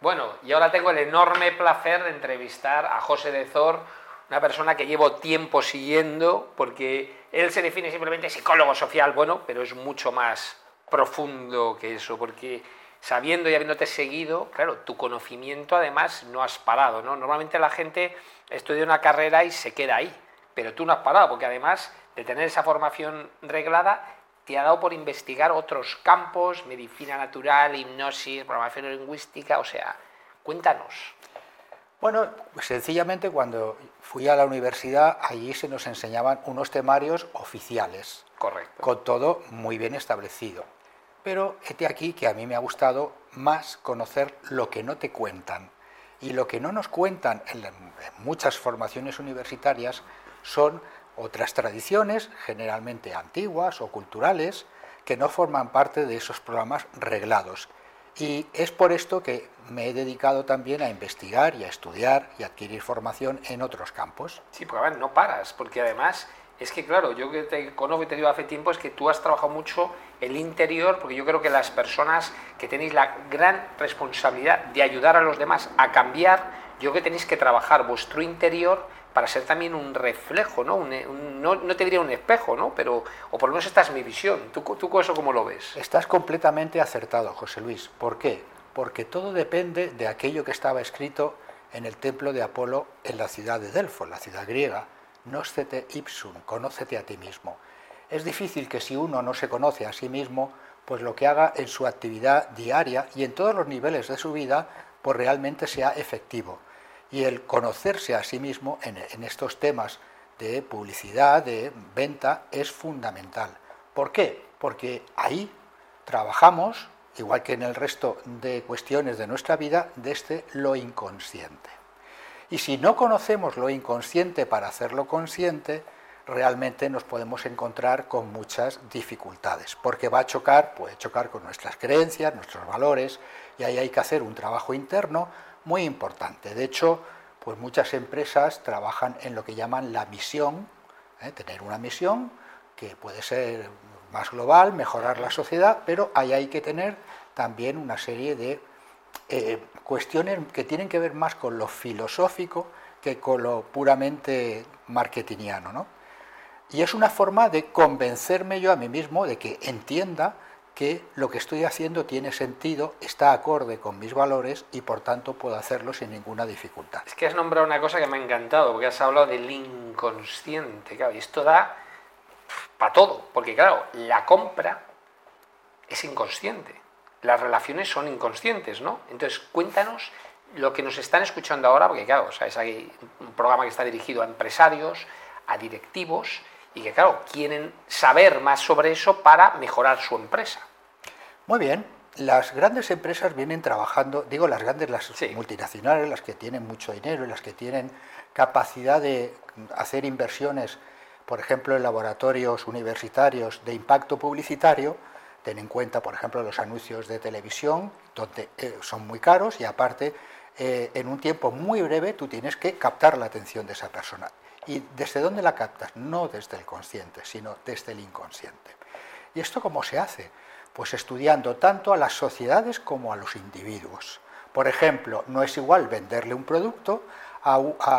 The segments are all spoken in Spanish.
Bueno, y ahora tengo el enorme placer de entrevistar a José de Zor, una persona que llevo tiempo siguiendo, porque él se define simplemente psicólogo social, bueno, pero es mucho más profundo que eso, porque sabiendo y habiéndote seguido, claro, tu conocimiento además no has parado, ¿no? Normalmente la gente estudia una carrera y se queda ahí, pero tú no has parado, porque además de tener esa formación reglada, te ha dado por investigar otros campos, medicina natural, hipnosis, programación lingüística, o sea, cuéntanos. Bueno, sencillamente cuando fui a la universidad, allí se nos enseñaban unos temarios oficiales, Correcto. con todo muy bien establecido. Pero hete aquí que a mí me ha gustado más conocer lo que no te cuentan. Y lo que no nos cuentan en muchas formaciones universitarias son otras tradiciones, generalmente antiguas o culturales, que no forman parte de esos programas reglados. Y es por esto que me he dedicado también a investigar y a estudiar y a adquirir formación en otros campos. Sí, porque además no paras, porque además es que claro, yo que te conozco y te digo hace tiempo, es que tú has trabajado mucho el interior, porque yo creo que las personas que tenéis la gran responsabilidad de ayudar a los demás a cambiar, yo creo que tenéis que trabajar vuestro interior para ser también un reflejo, ¿no? No te diría un espejo, ¿no? Pero, o por lo menos esta es mi visión. ¿Tú eso cómo lo ves? Estás completamente acertado, José Luis. ¿Por qué? Porque todo depende de aquello que estaba escrito en el templo de Apolo en la ciudad de Delfos, la ciudad griega. Noscete ipsum, conócete a ti mismo. Es difícil que si uno no se conoce a sí mismo, pues lo que haga en su actividad diaria y en todos los niveles de su vida, pues realmente sea efectivo. Y el conocerse a sí mismo en estos temas de publicidad, de venta, es fundamental. ¿Por qué? Porque ahí trabajamos, igual que en el resto de cuestiones de nuestra vida, desde lo inconsciente. Y si no conocemos lo inconsciente para hacerlo consciente, realmente nos podemos encontrar con muchas dificultades, porque puede chocar con nuestras creencias, nuestros valores, y ahí hay que hacer un trabajo interno muy importante. De hecho, pues muchas empresas trabajan en lo que llaman la misión, tener una misión que puede ser más global, mejorar la sociedad, pero ahí hay que tener también una serie de cuestiones que tienen que ver más con lo filosófico que con lo puramente marketingiano, ¿no? Y es una forma de convencerme yo a mí mismo de que entienda que lo que estoy haciendo tiene sentido, está acorde con mis valores y por tanto puedo hacerlo sin ninguna dificultad. Es que has nombrado una cosa que me ha encantado, porque has hablado del inconsciente, claro, y esto da para todo, porque claro, la compra es inconsciente, las relaciones son inconscientes, ¿no? Entonces, cuéntanos lo que nos están escuchando ahora, porque claro, es hay un programa que está dirigido a empresarios, a directivos, y que claro, quieren saber más sobre eso para mejorar su empresa. Muy bien, las grandes empresas vienen trabajando, digo las grandes, las multinacionales, las que tienen mucho dinero y las que tienen capacidad de hacer inversiones, por ejemplo, en laboratorios universitarios de impacto publicitario. Ten en cuenta, por ejemplo, los anuncios de televisión, donde son muy caros y aparte, en un tiempo muy breve, tú tienes que captar la atención de esa persona. ¿Y desde dónde la captas? No desde el consciente, sino desde el inconsciente. ¿Y esto cómo se hace? Pues estudiando tanto a las sociedades como a los individuos. Por ejemplo, no es igual venderle un producto a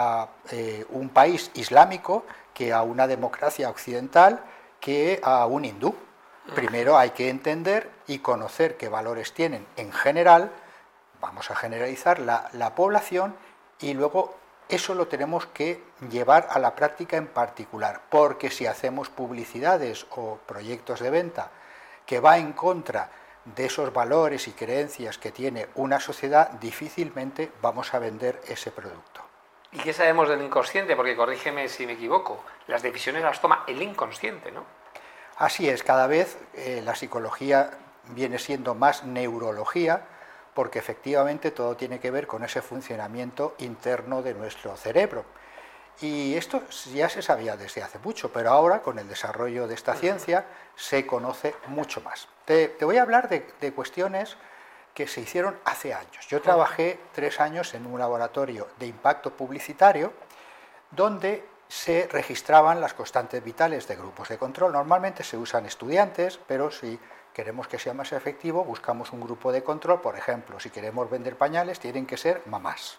un país islámico que a una democracia occidental que a un hindú. Primero hay que entender y conocer qué valores tienen en general, vamos a generalizar la población, y luego eso lo tenemos que llevar a la práctica en particular, porque si hacemos publicidades o proyectos de venta que va en contra de esos valores y creencias que tiene una sociedad, difícilmente vamos a vender ese producto. ¿Y qué sabemos del inconsciente? Porque corrígeme si me equivoco, las decisiones las toma el inconsciente, ¿no? Así es, cada vez la psicología viene siendo más neurología, porque efectivamente todo tiene que ver con ese funcionamiento interno de nuestro cerebro. Y esto ya se sabía desde hace mucho, pero ahora con el desarrollo de esta ciencia se conoce mucho más. Te voy a hablar de cuestiones que se hicieron hace años. Yo trabajé 3 años en un laboratorio de impacto publicitario donde se registraban las constantes vitales de grupos de control. Normalmente se usan estudiantes, pero si queremos que sea más efectivo, buscamos un grupo de control. Por ejemplo, si queremos vender pañales, tienen que ser mamás,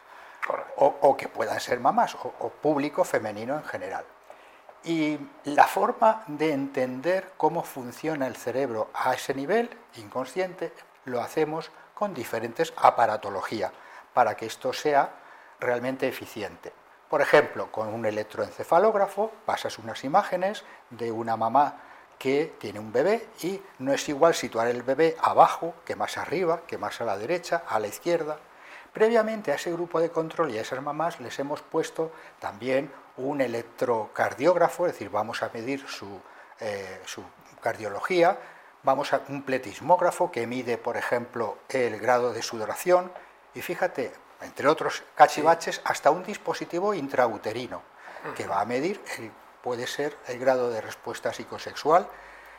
o que puedan ser mamás, o público femenino en general. Y la forma de entender cómo funciona el cerebro a ese nivel inconsciente lo hacemos con diferentes aparatología para que esto sea realmente eficiente. Por ejemplo, con un electroencefalógrafo pasas unas imágenes de una mamá que tiene un bebé y no es igual situar el bebé abajo que más arriba, que más a la derecha, a la izquierda. Previamente a ese grupo de control y a esas mamás les hemos puesto también un electrocardiógrafo, es decir, vamos a medir su cardiología, vamos a un pletismógrafo que mide, por ejemplo, el grado de sudoración, y fíjate, entre otros cachivaches, hasta un dispositivo intrauterino que va a medir, puede ser el grado de respuesta psicosexual,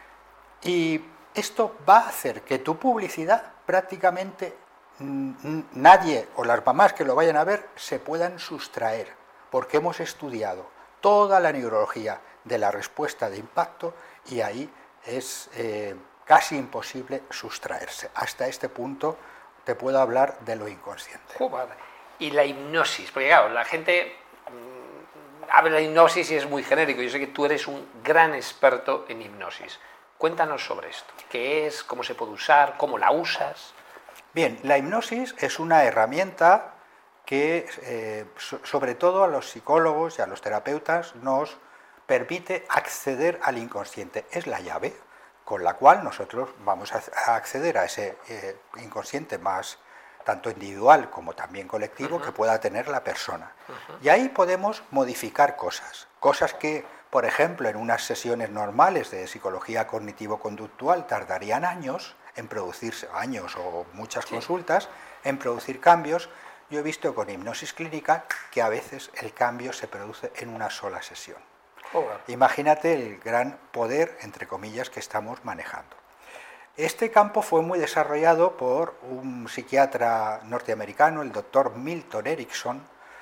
y esto va a hacer que tu publicidad prácticamente nadie o las mamás que lo vayan a ver se puedan sustraer, porque hemos estudiado toda la neurología de la respuesta de impacto y ahí es casi imposible sustraerse. Hasta este punto te puedo hablar de lo inconsciente. Y la hipnosis, porque claro, la gente habla de hipnosis y es muy genérico. Yo sé que tú eres un gran experto en hipnosis. Cuéntanos sobre esto. ¿Qué es? ¿Cómo se puede usar? ¿Cómo la usas? Bien, la hipnosis es una herramienta que, sobre todo a los psicólogos y a los terapeutas, nos permite acceder al inconsciente. Es la llave con la cual nosotros vamos a acceder a ese inconsciente más tanto individual como también colectivo que pueda tener la persona. Y ahí podemos modificar cosas que, por ejemplo, en unas sesiones normales de psicología cognitivo-conductual tardarían años en producirse, años o muchas consultas, en producir cambios. Yo he visto con hipnosis clínica que a veces el cambio se produce en una sola sesión. Imagínate el gran poder, entre comillas, que estamos manejando. Este campo fue muy desarrollado por un psiquiatra norteamericano, el doctor Milton Erickson,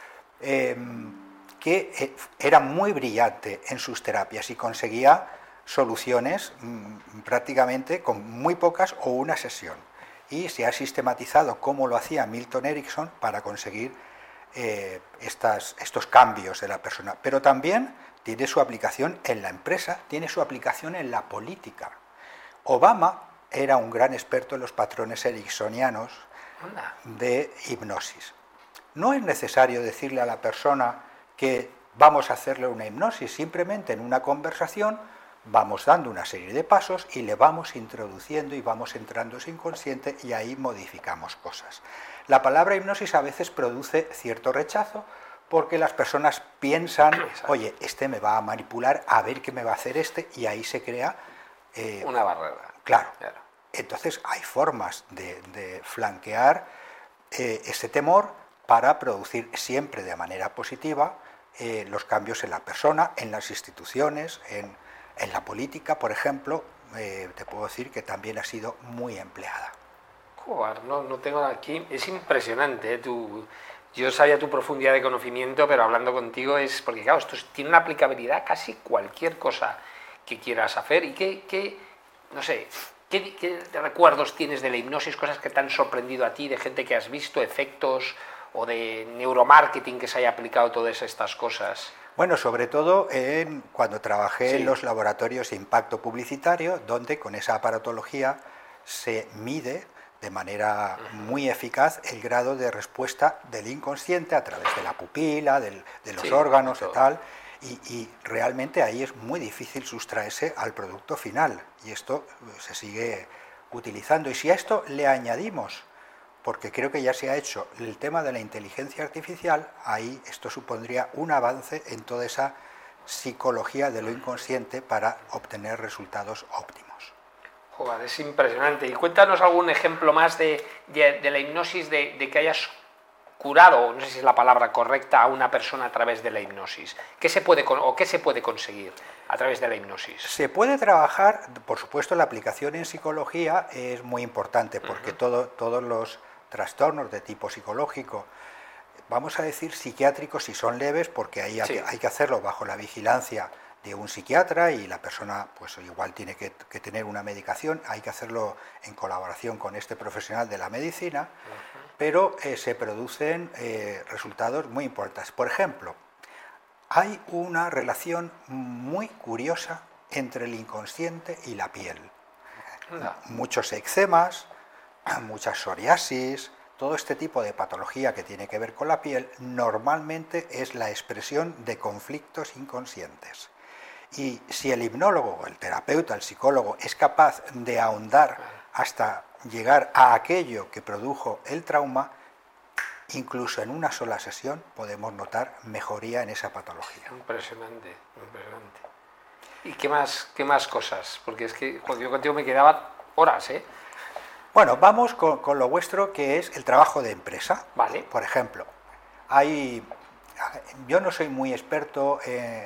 que era muy brillante en sus terapias y conseguía soluciones prácticamente con muy pocas o una sesión. Y se ha sistematizado cómo lo hacía Milton Erickson para conseguir estos cambios de la persona. Pero también tiene su aplicación en la empresa, tiene su aplicación en la política. Obama era un gran experto en los patrones ericksonianos de hipnosis. No es necesario decirle a la persona que vamos a hacerle una hipnosis, simplemente en una conversación vamos dando una serie de pasos y le vamos introduciendo y vamos entrando en su inconsciente y ahí modificamos cosas. La palabra hipnosis a veces produce cierto rechazo porque las personas piensan, oye, este me va a manipular, a ver qué me va a hacer este, y ahí se crea una barrera. Claro. Entonces hay formas de flanquear ese temor para producir siempre de manera positiva los cambios en la persona, en las instituciones, en la política, por ejemplo, te puedo decir que también ha sido muy empleada. Joder, no tengo aquí, es impresionante, yo sabía tu profundidad de conocimiento, pero hablando contigo es, porque claro, esto tiene una aplicabilidad a casi cualquier cosa que quieras hacer. ¿Y qué recuerdos tienes de la hipnosis, cosas que te han sorprendido a ti, de gente que has visto, efectos, o de neuromarketing que se haya aplicado todas estas cosas? Bueno, sobre todo cuando trabajé en los laboratorios de impacto publicitario, donde con esa aparatología se mide de manera muy eficaz el grado de respuesta del inconsciente a través de la pupila, de los órganos y tal, y realmente ahí es muy difícil sustraerse al producto final, y esto se sigue utilizando. Y si a esto le añadimos, porque creo que ya se ha hecho, el tema de la inteligencia artificial, ahí esto supondría un avance en toda esa psicología de lo inconsciente para obtener resultados óptimos. Joder, es impresionante. Y cuéntanos algún ejemplo más de la hipnosis, de que hayas curado, no sé si es la palabra correcta, a una persona a través de la hipnosis. ¿Qué se puede conseguir a través de la hipnosis? Se puede trabajar, por supuesto, la aplicación en psicología es muy importante, porque todos los trastornos de tipo psicológico, vamos a decir psiquiátricos si son leves, porque ahí hay que hacerlo bajo la vigilancia de un psiquiatra y la persona pues igual tiene que tener una medicación, hay que hacerlo en colaboración con este profesional de la medicina, pero se producen resultados muy importantes. Por ejemplo, hay una relación muy curiosa entre el inconsciente y la piel. Muchos eczemas, muchas psoriasis, todo este tipo de patología que tiene que ver con la piel normalmente es la expresión de conflictos inconscientes. Y si el hipnólogo, el terapeuta, el psicólogo es capaz de ahondar hasta llegar a aquello que produjo el trauma, incluso en una sola sesión podemos notar mejoría en esa patología. Impresionante, impresionante. ¿Y qué más cosas? Porque es que yo contigo me quedaba horas, ¿eh? Bueno, vamos con lo vuestro, que es el trabajo de empresa. Vale. Por ejemplo, yo no soy muy experto,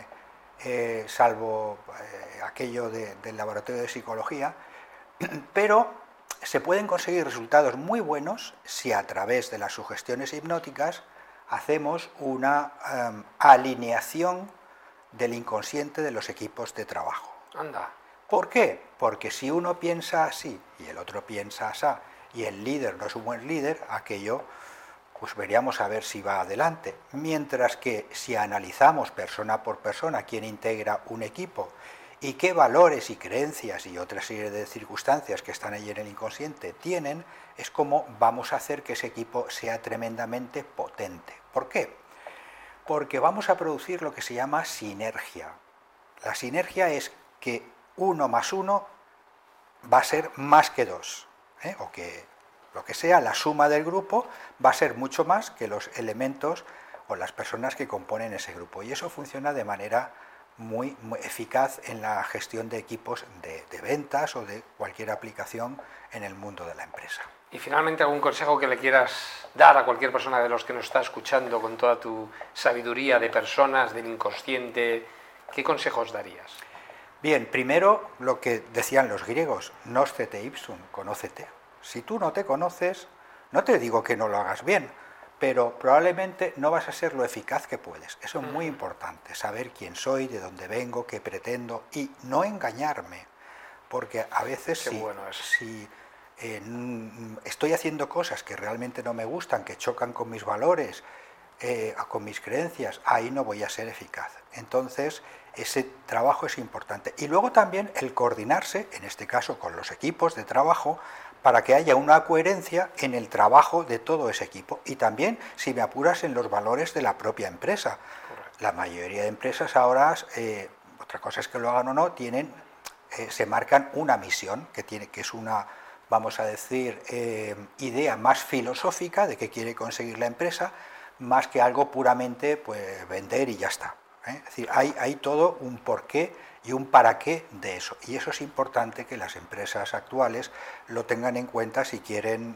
salvo aquello del laboratorio de psicología, pero se pueden conseguir resultados muy buenos si a través de las sugestiones hipnóticas hacemos una alineación del inconsciente de los equipos de trabajo. Anda. ¿Por qué? Porque si uno piensa así y el otro piensa así y el líder no es un buen líder, aquello pues veríamos a ver si va adelante. Mientras que si analizamos persona por persona quién integra un equipo y qué valores y creencias y otra serie de circunstancias que están ahí en el inconsciente tienen, es como vamos a hacer que ese equipo sea tremendamente potente. ¿Por qué? Porque vamos a producir lo que se llama sinergia. La sinergia es que 1 más 1 va a ser más que 2, o que lo que sea, la suma del grupo va a ser mucho más que los elementos o las personas que componen ese grupo. Y eso funciona de manera muy eficaz en la gestión de equipos de ventas o de cualquier aplicación en el mundo de la empresa. Y finalmente, ¿algún consejo que le quieras dar a cualquier persona de los que nos está escuchando con toda tu sabiduría de personas, del inconsciente? ¿Qué consejos darías? Bien, primero lo que decían los griegos, noscete ipsum, conócete. Si tú no te conoces, no te digo que no lo hagas bien, pero probablemente no vas a ser lo eficaz que puedes. Eso es muy importante, saber quién soy, de dónde vengo, qué pretendo y no engañarme, porque a veces si estoy haciendo cosas que realmente no me gustan, que chocan con mis valores, con mis creencias, ahí no voy a ser eficaz. Entonces, ese trabajo es importante. Y luego también el coordinarse, en este caso con los equipos de trabajo, para que haya una coherencia en el trabajo de todo ese equipo. Y también, si me apuras, en los valores de la propia empresa. Correcto. La mayoría de empresas ahora, otra cosa es que lo hagan o no, se marcan una misión, que es una, vamos a decir, idea más filosófica de qué quiere conseguir la empresa, más que algo puramente pues vender y ya está. Es decir, hay todo un porqué y un para qué de eso. Y eso es importante que las empresas actuales lo tengan en cuenta si quieren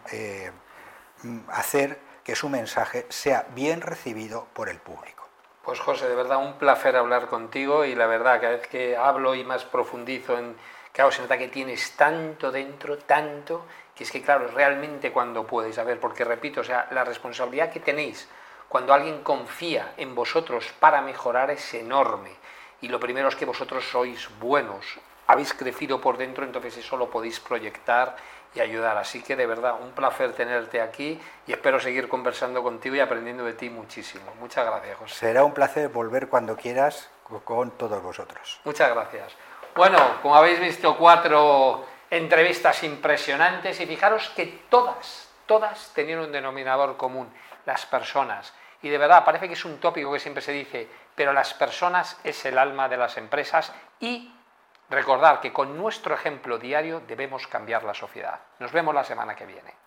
hacer que su mensaje sea bien recibido por el público. Pues José, de verdad un placer hablar contigo y la verdad cada vez que hablo y más profundizo claro, se nota que tienes tanto dentro, tanto, que es que claro, realmente cuando puedes, a ver, porque repito, o sea, la responsabilidad que tenéis cuando alguien confía en vosotros para mejorar es enorme. Y lo primero es que vosotros sois buenos, habéis crecido por dentro, entonces eso lo podéis proyectar y ayudar. Así que de verdad, un placer tenerte aquí y espero seguir conversando contigo y aprendiendo de ti muchísimo. Muchas gracias, José. Será un placer volver cuando quieras con todos vosotros. Muchas gracias. Bueno, como habéis visto, 4 entrevistas impresionantes y fijaros que todas tenían un denominador común, las personas. Y de verdad, parece que es un tópico que siempre se dice, pero las personas es el alma de las empresas y recordar que con nuestro ejemplo diario debemos cambiar la sociedad. Nos vemos la semana que viene.